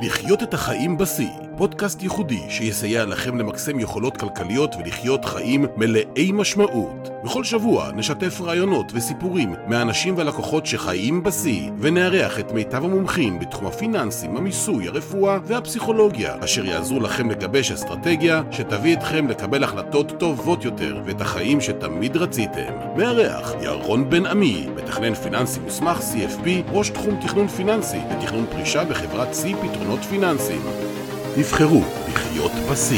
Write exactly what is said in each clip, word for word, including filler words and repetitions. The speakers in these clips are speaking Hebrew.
לחיות את החיים בשיא, פודקאסט ייחודי שיסייע לכם למקסם יכולות כלכליות ולחיות חיים מלאי משמעות. בכל שבוע נשתף רעיונות וסיפורים מהאנשים והלקוחות שחיים בשיא, ונארח את מיטב המומחים בתחום הפיננסים, המיסוי, הרפואה והפסיכולוגיה, אשר יעזרו לכם לגבש אסטרטגיה שתביא אתכם לקבל החלטות טובות יותר ואת החיים שתמיד רציתם. מארח ירון בן עמי, מתכנן פיננסי מוסמך סי אף פי, ראש תחום תכנון פיננסי ותכנון פרישה בחברת סי פתרונות פיננסיים. תבחרו לחיות בשיא.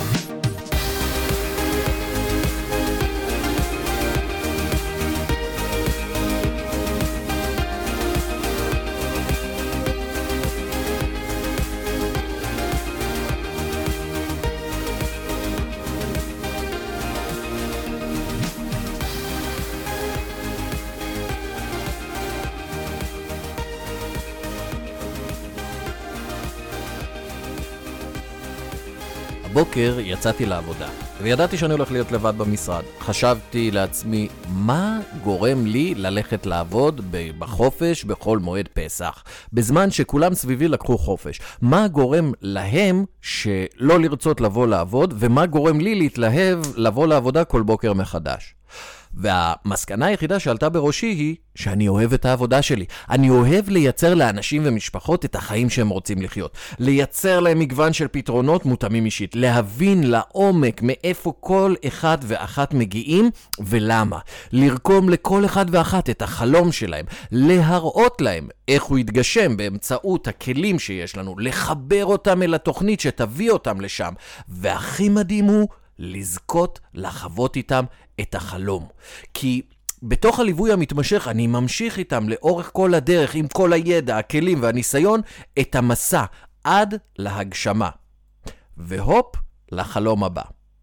בוקר יצאתי לעבודה, וידעתי שאני הולך להיות לבד במשרד. חשבתי לעצמי, מה גורם לי ללכת לעבוד בחופש בכל מועד פסח, בזמן שכולם סביבי לקחו חופש? מה גורם להם שלא לרצות לבוא לעבוד, ומה גורם לי להתלהב לבוא לעבודה כל בוקר מחדש? והמסקנה היחידה שעלתה בראשי היא שאני אוהב את העבודה שלי. אני אוהב לייצר לאנשים ומשפחות את החיים שהם רוצים לחיות. לייצר להם מגוון של פתרונות מותאמים אישית. להבין לעומק מאיפה כל אחד ואחת מגיעים ולמה. לרקום לכל אחד ואחת את החלום שלהם. להראות להם איך הוא יתגשם באמצעות הכלים שיש לנו. לחבר אותם אל התוכנית שתביא אותם לשם. והכי מדהים הוא לזכות לחוות איתם את החלום. כי בתוך הליווי המתמשך אני ממשיך איתם לאורך כל הדרך עם כל הידע, הכלים והניסיון את המסע עד להגשמה. והופ, לחלום הבא.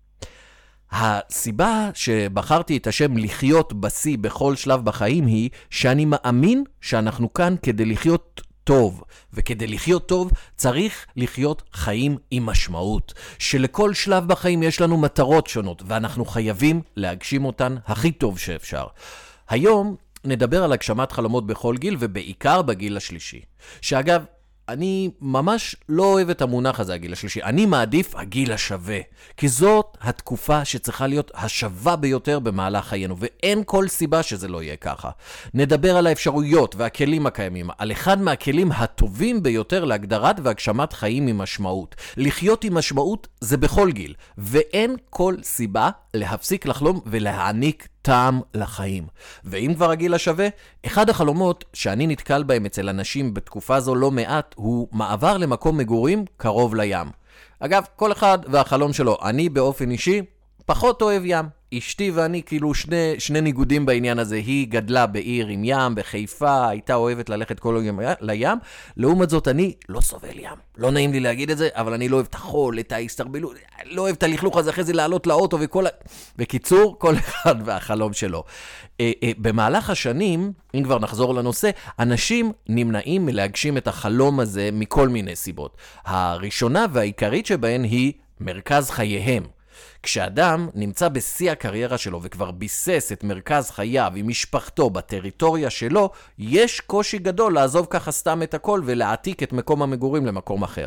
הסיבה שבחרתי את השם לחיות בשיא בכל שלב בחיים היא שאני מאמין שאנחנו כאן כדי לחיות טוב, וכדי לחיות טוב צריך לחיות חיים עם משמעות, שלכל שלב בחיים יש לנו מטרות שונות, ואנחנו חייבים להגשים אותן הכי טוב שאפשר. היום נדבר על הגשמת חלומות בכל גיל, ובעיקר בגיל השלישי. שאגב, אני ממש לא אוהב את המונח הזה, הגיל השלישי. אני מעדיף הגיל השווה, כי זאת התקופה שצריכה להיות השווה ביותר במהלך חיינו, ואין כל סיבה שזה לא יהיה ככה. נדבר על האפשרויות והכלים הקיימים, על אחד מהכלים הטובים ביותר להגדרת והגשמת חיים עם משמעות. לחיות עם משמעות זה בכל גיל, ואין כל סיבה להפסיק לחלום ולהעניק טעם לחיים. ואם כבר הגיל השווה, אחד החלומות שאני נתקל בהם אצל אנשים בתקופה זו לא מעט, הוא מעבר למקום מגורים קרוב לים. אגב, כל אחד והחלום שלו. אני באופן אישי פחות אוהב ים. אשתי ואני כאילו שני, שני ניגודים בעניין הזה. היא גדלה בעיר עם ים, בחיפה, הייתה אוהבת ללכת כל יום לים. לעומת זאת, אני לא סובל ים. לא נעים לי להגיד את זה, אבל אני לא אוהב את החול, את ההסתרבלות, לא אוהב את הלכלוך הזה, אחרי זה לעלות לאוטו וכל ה... בקיצור, כל אחד והחלום שלו. אה, אה, במהלך השנים, אם כבר נחזור לנושא, אנשים נמנעים מלהגשים את החלום הזה מכל מיני סיבות. הראשונה והעיקרית שבהן היא מרכז חייהם. כשאדם נמצא בשיא הקריירה שלו וכבר ביסס את מרכז חייו עם משפחתו בטריטוריה שלו, יש קושי גדול לעזוב ככה סתם את הכל ולהעתיק את מקום המגורים למקום אחר.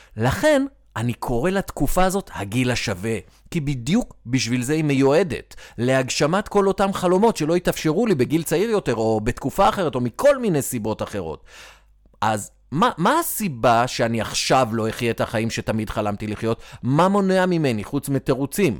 לכן אני קורא לתקופה הזאת הגיל השווה, כי בדיוק בשביל זה היא מיועדת, להגשמת כל אותם חלומות שלא יתאפשרו לי בגיל צעיר יותר או בתקופה אחרת או מכל מיני סיבות אחרות. אז מה, מה הסיבה שאני עכשיו לא אחיה את החיים שתמיד חלמתי לחיות? מה מונע ממני חוץ מתירוצים?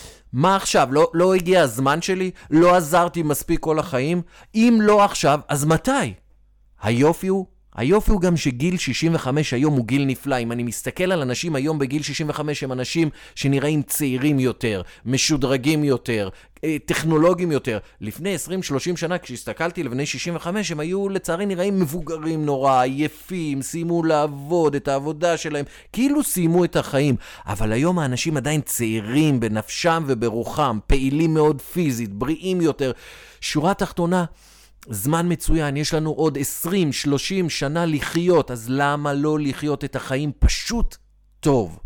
מה עכשיו? לא, לא הגיע הזמן שלי? לא עזרתי מספיק כל החיים? אם לא עכשיו, אז מתי? היופי הוא, היופי הוא גם שגיל שישים וחמש היום הוא גיל נפלא. אם אני מסתכל על אנשים היום בגיל שישים וחמש, הם אנשים שנראים צעירים יותר, משודרגים יותר, טכנולוגיים יותר. לפני עשרים שלושים שנה, כשהסתכלתי לבני שישים וחמש, הם היו לצערי נראים מבוגרים נורא, עייפים, סיימו לעבוד את העבודה שלהם, כאילו סיימו את החיים. אבל היום האנשים עדיין צעירים בנפשם וברוחם, פעילים מאוד פיזית, בריאים יותר. שורה תחתונה, זמן מצוין, יש לנו עוד עשרים שלושים שנה לחיות, אז למה לא לחיות את החיים פשוט טוב?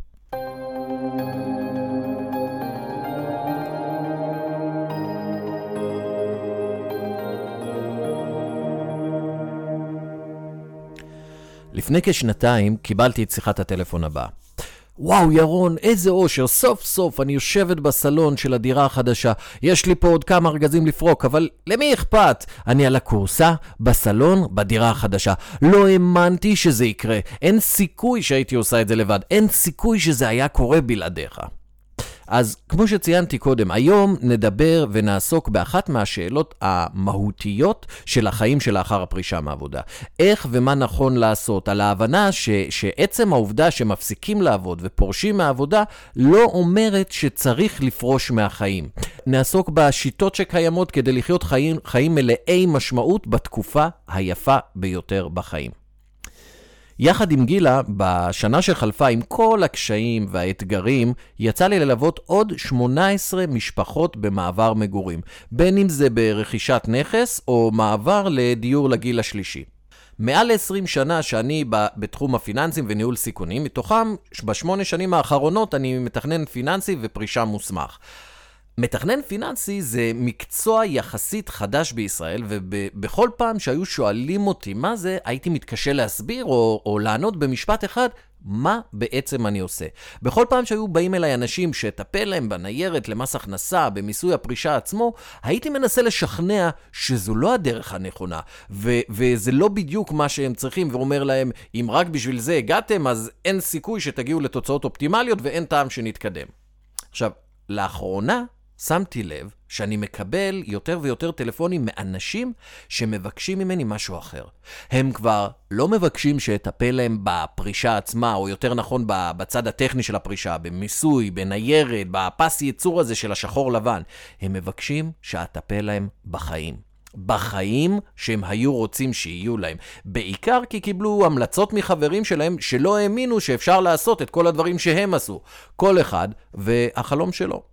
לפני כשנתיים קיבלתי את שיחת הטלפון הבאה. וואו ירון, איזה אושר, סוף סוף אני יושבת בסלון של הדירה החדשה. יש לי פה עוד כמה ארגזים לפרוק, אבל למי אכפת? אני על הקורסה, בסלון, בדירה החדשה. לא האמנתי שזה יקרה. אין סיכוי שהייתי עושה את זה לבד. אין סיכוי שזה היה קורה בלעדיך. אז כמו שציינתי קודם, היום נדבר ונעסוק באחת מהשאלות המהותיות של החיים שלאחר הפרישה מעבודה. איך ומה נכון לעשות, על ההבנה ש, שעצם העובדה שמפסיקים לעבוד ופורשים מהעבודה לא אומרת שצריך לפרוש מהחיים. נעסוק בשיטות שקיימות כדי לחיות חיים, חיים מלאי משמעות בתקופה היפה ביותר בחיים. יחד עם גילה, בשנה שחלפה עם כל הקשיים והאתגרים, יצא לי ללוות עוד שמונה עשרה משפחות במעבר מגורים, בין אם זה ברכישת נכס או מעבר לדיור לגיל השלישי. מעל עשרים שנה שאני בתחום הפיננסים וניהול סיכונים, מתוכם בשמונה שנים האחרונות אני מתכנן פיננסי ופרישה מוסמך. מתכנן פיננסי זה מקצוע יחסית חדש בישראל, ובכל פעם שהיו שואלים אותי מה זה, הייתי מתקשה להסביר או, או לענות במשפט אחד, מה בעצם אני עושה. בכל פעם שהיו באים אליי אנשים שטפל להם בניירת למס הכנסה, במיסוי הפרישה עצמו, הייתי מנסה לשכנע שזו לא הדרך הנכונה, ו- וזה לא בדיוק מה שהם צריכים, ואומר להם, אם רק בשביל זה הגעתם, אז אין סיכוי שתגיעו לתוצאות אופטימליות, ואין טעם שנתקדם. עכשיו, לאחרונה, שמתי לב שאני מקבל יותר ויותר טלפונים מאנשים שמבקשים ממני משהו אחר. הם כבר לא מבקשים שטפל להם בפרישה עצמה, או יותר נכון בצד הטכני של הפרישה, במיסוי, בניירת, בפס ייצור הזה של השחור לבן. הם מבקשים שאטפל להם בחיים. בחיים שהם היו רוצים שיהיו להם. בעיקר כי קיבלו המלצות מחברים שלהם שלא האמינו שאפשר לעשות את כל הדברים שהם עשו. כל אחד והחלום שלו.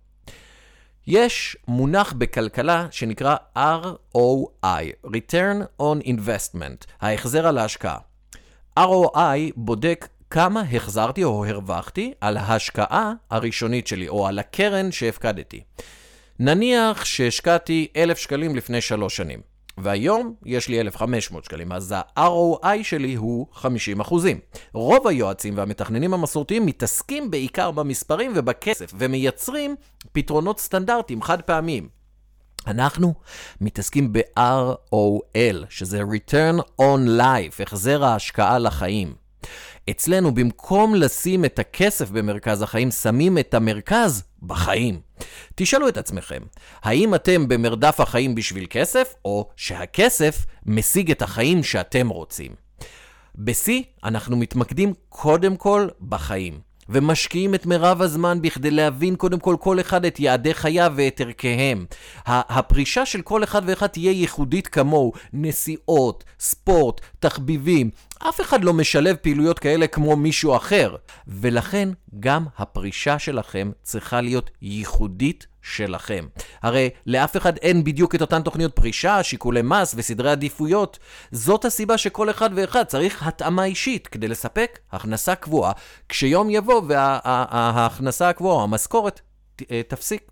יש מונח בכלכלה שנקרא אר או איי, Return on Investment, ההחזר על ההשקעה. אר או איי בודק כמה החזרתי או הרווחתי על ההשקעה הראשונית שלי, או על הקרן שהפקדתי. נניח שהשקעתי אלף שקלים לפני שלוש שנים, והיום יש לי אלף וחמש מאות שקלים, אז ה-אר או איי שלי הוא חמישים אחוזים. רוב היועצים והמתכננים המסורתיים מתעסקים בעיקר במספרים ובכסף, ומייצרים פתרונות סטנדרטיים חד פעמיים. אנחנו מתעסקים ב-אר או אל, שזה Return on Life, החזר ההשקעה לחיים. אצלנו, במקום לשים את הכסף במרכז החיים, שמים את המרכז בחיים. תשאלו את עצמכם, האם אתם במרדף החיים בשביל כסף, או שהכסף משיג את החיים שאתם רוצים? ב-C אנחנו מתמקדים קודם כל בחיים, ומשקיעים את מרב הזמן בכדי להבין קודם כל כל אחד את יעדי חייו ואת ערכיהם. הפרישה של כל אחד ואחד תהיה ייחודית כמוהו, נסיעות, ספורט, תחביבים. אף אחד לא משלב פעילויות כאלה כמו מישהו אחר, ולכן גם הפרישה שלכם צריכה להיות ייחודית שלכם. הרי לאף אחד אין בדיוק את אותן תוכניות פרישה, שיקולי מס וסדרי עדיפויות. זאת הסיבה שכל אחד ואחד צריך התאמה אישית כדי לספק הכנסה קבועה, כשיום יבוא וההכנסה הקבועה, המשכורת, תפסיק.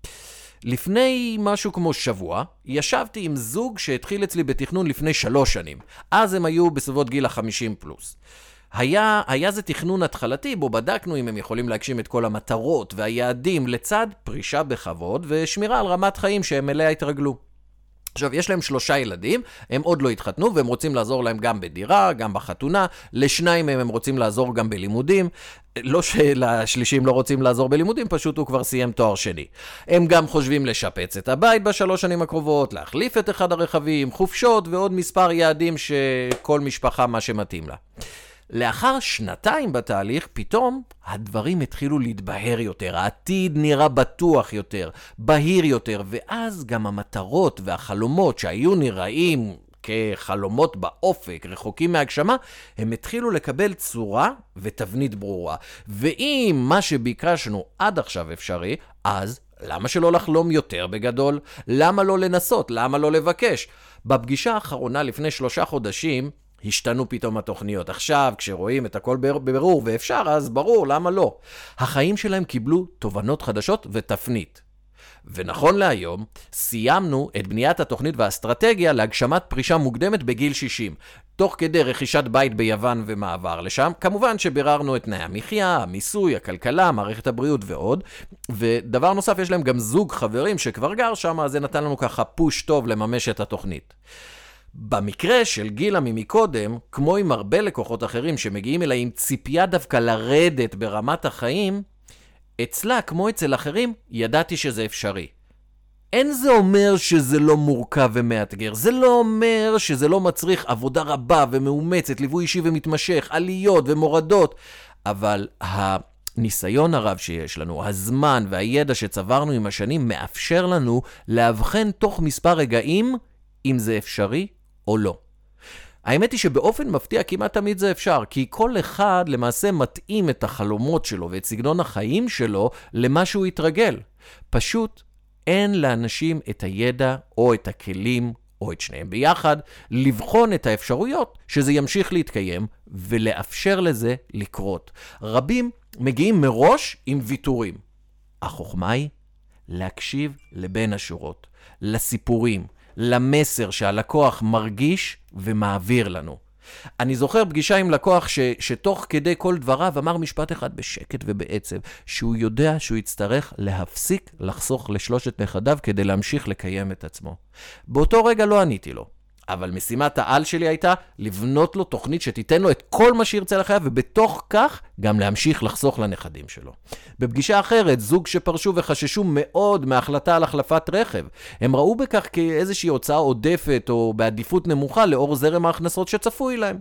לפני משהו כמו שבוע, ישבתי עם זוג שהתחיל אצלי בתכנון לפני שלוש שנים. אז הם היו בסביבות גיל החמישים פלוס. היה, היה זה תכנון התחלתי בו בדקנו אם הם יכולים להגשים את כל המטרות והיעדים לצד פרישה בכבוד ושמירה על רמת חיים שהם אליה התרגלו. עכשיו, יש להם שלושה ילדים, הם עוד לא התחתנו, והם רוצים לעזור להם גם בדירה, גם בחתונה, לשניים מהם הם רוצים לעזור גם בלימודים, לא שלשלישים לא רוצים לעזור בלימודים, פשוט הוא כבר סיים תואר שני. הם גם חושבים לשפץ את הבית בשלוש שנים הקרובות, להחליף את אחד הרכבים, חופשות ועוד מספר יעדים שכל משפחה מה שמתאים לה. לאחר שנתיים בתהליך, פתאום הדברים התחילו להתבהר יותר, העתיד נראה בטוח יותר, בהיר יותר, ואז גם המטרות והחלומות שהיו נראים כחלומות באופק, רחוקים מהגשמה, הם התחילו לקבל צורה ותבנית ברורה. ואם מה שביקשנו עד עכשיו אפשרי, אז למה שלא לחלום יותר בגדול? למה לא לנסות? למה לא לבקש? בפגישה האחרונה לפני שלושה חודשים, השתנו פתאום התוכניות. עכשיו, כשרואים את הכל בברור ואפשר, אז ברור, למה לא? החיים שלהם קיבלו תובנות חדשות ותפנית. ונכון להיום, סיימנו את בניית התוכנית והאסטרטגיה להגשמת פרישה מוקדמת בגיל שישים. תוך כדי רכישת בית ביוון ומעבר לשם. כמובן שביררנו את תנאי המחיה, המיסוי, הכלכלה, מערכת הבריאות ועוד. ודבר נוסף, יש להם גם זוג חברים שכבר גר שם, אז זה נתן לנו ככה פוש טוב לממש את התוכנית. במקרה של גילה ממקודם, כמו עם הרבה לקוחות אחרים שמגיעים אליי עם ציפייה דווקא לרדת ברמת החיים, אצלה, כמו אצל אחרים, ידעתי שזה אפשרי. אין זה אומר שזה לא מורכב ומאתגר, זה לא אומר שזה לא מצריך עבודה רבה ומאומצת, ליווי אישי ומתמשך, עליות ומורדות, אבל הניסיון הרב שיש לנו, הזמן והידע שצברנו עם השנים, מאפשר לנו להבחן תוך מספר רגעים אם זה אפשרי או לא. האמת היא שבאופן מפתיע כמעט תמיד זה אפשר, כי כל אחד למעשה מתאים את החלומות שלו ואת סגנון החיים שלו למה שהוא יתרגל. פשוט אין לאנשים את הידע או את הכלים או את שניהם ביחד לבחון את האפשרויות שזה ימשיך להתקיים ולאפשר לזה לקרות. רבים מגיעים מראש עם ויתורים. החוכמה היא להקשיב לבין השורות, לסיפורים, למסר שהלקוח מרגיש ומעביר לנו. אני זוכר פגישה עם לקוח ש, שתוך כדי כל דבריו אמר משפט אחד בשקט ובעצב, שהוא יודע שהוא יצטרך להפסיק לחסוך לשלושת נכדיו כדי להמשיך לקיים את עצמו. באותו רגע לא עניתי לו, אבל משימת העל שלי הייתה לבנות לו תוכנית שתיתן לו את כל מה שירצה לחייו, ובתוך כך גם להמשיך לחסוך לנכדים שלו. בפגישה אחרת, זוג שפרשו וחששו מאוד מההחלטה על החלפת רכב. הם ראו בכך כאיזושהי הוצאה עודפת או בעדיפות נמוכה לאור זרם ההכנסות שצפוי להם.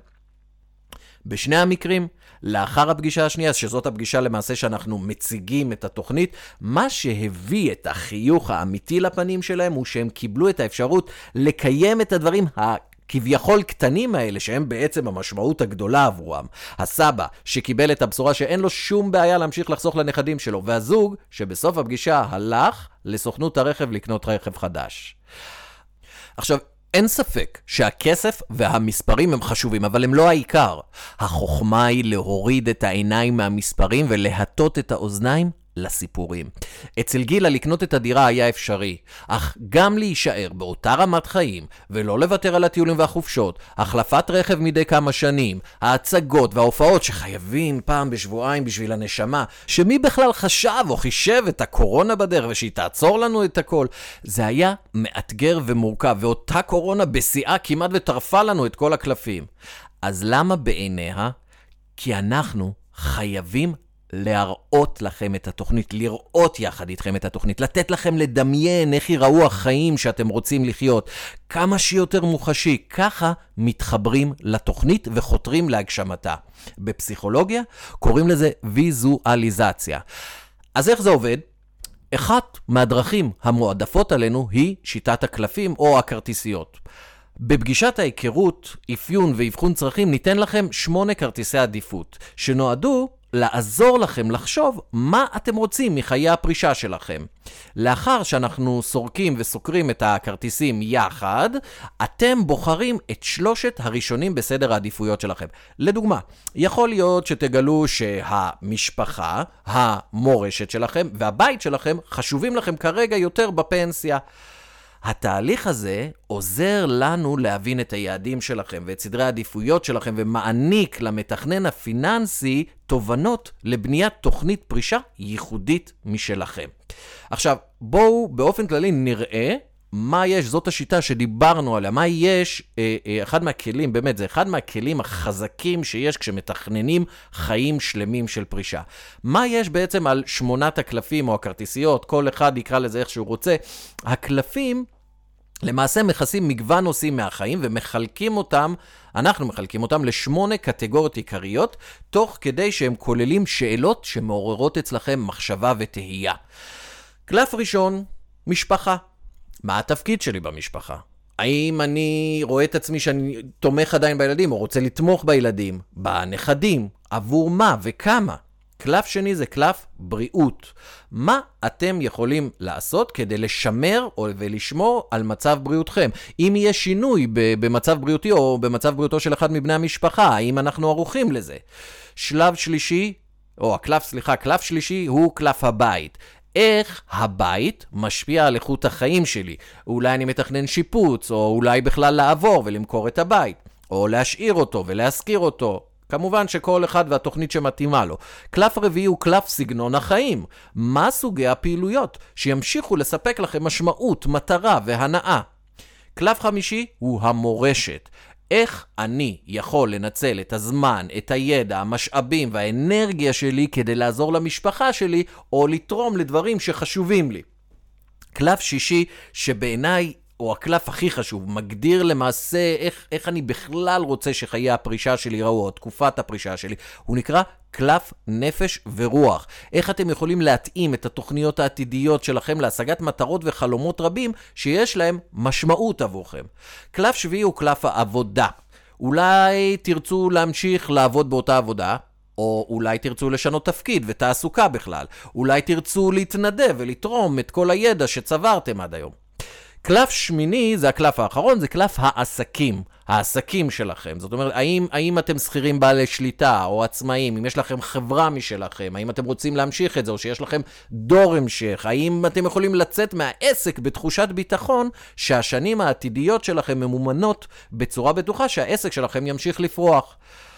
בשני המקרים, לאחר הפגישה השנייה, שזאת הפגישה למעשה שאנחנו מציגים את התוכנית, מה שהביא את החיוך האמיתי לפנים שלהם הוא שהם קיבלו את האפשרות לקיים את הדברים הכביכול קטנים האלה, שהם בעצם המשמעות הגדולה עבורם. הסבא שקיבל את הבשורה שאין לו שום בעיה להמשיך לחסוך לנכדים שלו, והזוג שבסוף הפגישה הלך לסוכנות הרכב לקנות רכב חדש. עכשיו, אין ספק שהכסף והמספרים הם חשובים, אבל הם לא העיקר. החוכמה היא להוריד את העיניים מהמספרים ולהטות את האוזניים לסיפורים. אצל גילה לקנות את הדירה היה אפשרי, אך גם להישאר באותה רמת חיים ולא לוותר על הטיולים והחופשות, החלפת רכב מדי כמה שנים, ההצגות וההופעות שחייבים פעם בשבועיים בשביל הנשמה, שמי בכלל חשב או חישב את הקורונה בדרך ושהיא תעצור לנו את הכל, זה היה מאתגר ומורכב, ואותה קורונה בשיאה כמעט וטרפה לנו את כל הקלפים. אז למה בעיניה? כי אנחנו חייבים להראות לכם את התוכנית, לראות יחד איתכם את התוכנית, לתת לכם לדמיין איך ייראו החיים שאתם רוצים לחיות, כמה שיותר מוחשי, ככה מתחברים לתוכנית וחותרים להגשמתה. בפסיכולוגיה קוראים לזה ויזואליזציה. אז איך זה עובד? אחת מהדרכים המועדפות עלינו היא שיטת הקלפים או הכרטיסיות. בפגישת ההיכרות, אפיון ואבחון צרכים ניתן לכם שמונה כרטיסי עדיפות, שנועדו לעזור לכם לחשוב מה אתם רוצים מחיי הפרישה שלכם. לאחר שאנחנו סורקים וסוקרים את הכרטיסים יחד, אתם בוחרים את שלושת הראשונים בסדר העדיפויות שלכם. לדוגמה, יכול להיות שתגלו שהמשפחה, המורשת שלכם והבית שלכם חשובים לכם כרגע יותר בפנסיה. התהליך הזה עוזר לנו להבין את היעדים שלכם ואת סדרי העדיפויות שלכם, ומעניק למתכנן הפיננסי תובנות לבניית תוכנית פרישה ייחודית משלכם. עכשיו, בואו באופן כללי נראה מה יש, זאת השיטה שדיברנו עליה, מה יש, אה, אה, אחד מהכלים, באמת, זה אחד מהכלים החזקים שיש כשמתכננים חיים שלמים של פרישה. מה יש בעצם על שמונת הקלפים או הכרטיסיות, כל אחד יקרא לזה איך שהוא רוצה. הקלפים למעשה מכסים מגוון נושאים מהחיים ומחלקים אותם, אנחנו מחלקים אותם לשמונה קטגוריות עיקריות, תוך כדי שהם כוללים שאלות שמעוררות אצלכם מחשבה ותהייה. קלף ראשון, משפחה. מה התפקיד שלי במשפחה? האם אני רואה את עצמי שאני תומך עדיין בילדים, או רוצה לתמוך בילדים, בנכדים, עבור מה וכמה? קלף שני זה קלף בריאות. מה אתם יכולים לעשות כדי לשמר ולשמור על מצב בריאותכם? אם יהיה שינוי במצב בריאותי או במצב בריאותו של אחד מבני המשפחה, האם אנחנו ערוכים לזה? שלב שלישי, או הקלף, סליחה, קלף שלישי הוא קלף הבית. איך הבית משפיע על איכות החיים שלי? אולי אני מתכנן שיפוץ, או אולי בכלל לעבור ולמכור את הבית. או להשאיר אותו ולהזכיר אותו. כמובן שכל אחד והתוכנית שמתאימה לו. קלף רביעי הוא קלף סגנון החיים. מה סוגי הפעילויות שימשיכו לספק לכם משמעות, מטרה והנאה? קלף חמישי הוא המורשת. איך אני יכול לנצל את הזמן, את הידע, המשאבים והאנרגיה שלי כדי לעזור למשפחה שלי או לתרום לדברים שחשובים לי. קלף שישי שבעיניי הוא הקלף הכי חשוב, מגדיר למעשה איך, איך אני בכלל רוצה שחיי הפרישה שלי יראו, או תקופת הפרישה שלי. הוא נקרא קלף נפש ורוח. איך אתם יכולים להתאים את התוכניות העתידיות שלכם להשגת מטרות וחלומות רבים שיש להם משמעות עבורכם. קלף שביעי הוא קלף העבודה. אולי תרצו להמשיך לעבוד באותה עבודה, או אולי תרצו לשנות תפקיד ותעסוקה בכלל. אולי תרצו להתנדב ולתרום את כל הידע שצברתם עד היום. קלף שמיני, זה הקלף האחרון, זה קלף העסקים, העסקים שלכם. זאת אומרת, האם, האם אתם שכירים בעלי שליטה או עצמאים, אם יש לכם חברה משלכם, האם אתם רוצים להמשיך את זה או שיש לכם דור המשך, האם אתם יכולים לצאת מהעסק בתחושת ביטחון שהשנים העתידיות שלכם ממומנות בצורה בטוחה שהעסק שלכם ימשיך לפרוח.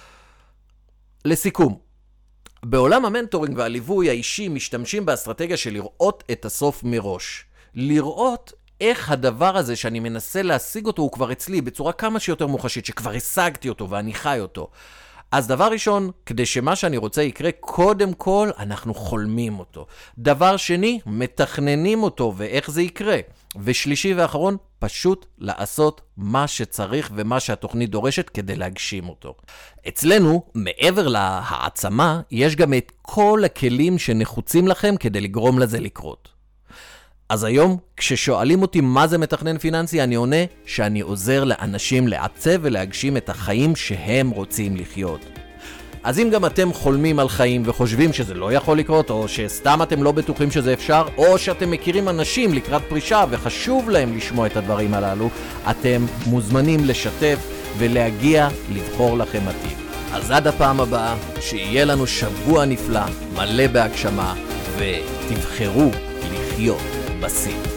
לסיכום, בעולם המנטורינג והליווי האישי משתמשים באסטרטגיה של לראות את הסוף מראש. לראות איך הדבר הזה שאני מנסה להשיג אותו הוא כבר אצלי בצורה כמה שיותר מוחשית, שכבר השגתי אותו ואני חי אותו. אז דבר ראשון, כדי שמה שאני רוצה יקרה, קודם כל אנחנו חולמים אותו. דבר שני, מתכננים אותו ואיך זה יקרה. ושלישי ואחרון, פשוט לעשות מה שצריך ומה שהתוכנית דורשת כדי להגשים אותו. אצלנו, מעבר להעצמה, יש גם את כל הכלים שנחוצים לכם כדי לגרום לזה לקרות. אז היום, כששואלים אותי מה זה מתכנן פיננסי, אני עונה שאני עוזר לאנשים לעצב ולהגשים את החיים שהם רוצים לחיות. אז אם גם אתם חולמים על חיים וחושבים שזה לא יכול לקרות, או שסתם אתם לא בטוחים שזה אפשר, או שאתם מכירים אנשים לקראת פרישה וחשוב להם לשמוע את הדברים הללו, אתם מוזמנים לשתף ולהגיע לבחור לכם עתיד. אז עד הפעם הבאה, שיהיה לנו שבוע נפלא, מלא בהגשמה, ותבחרו לחיות בשיא.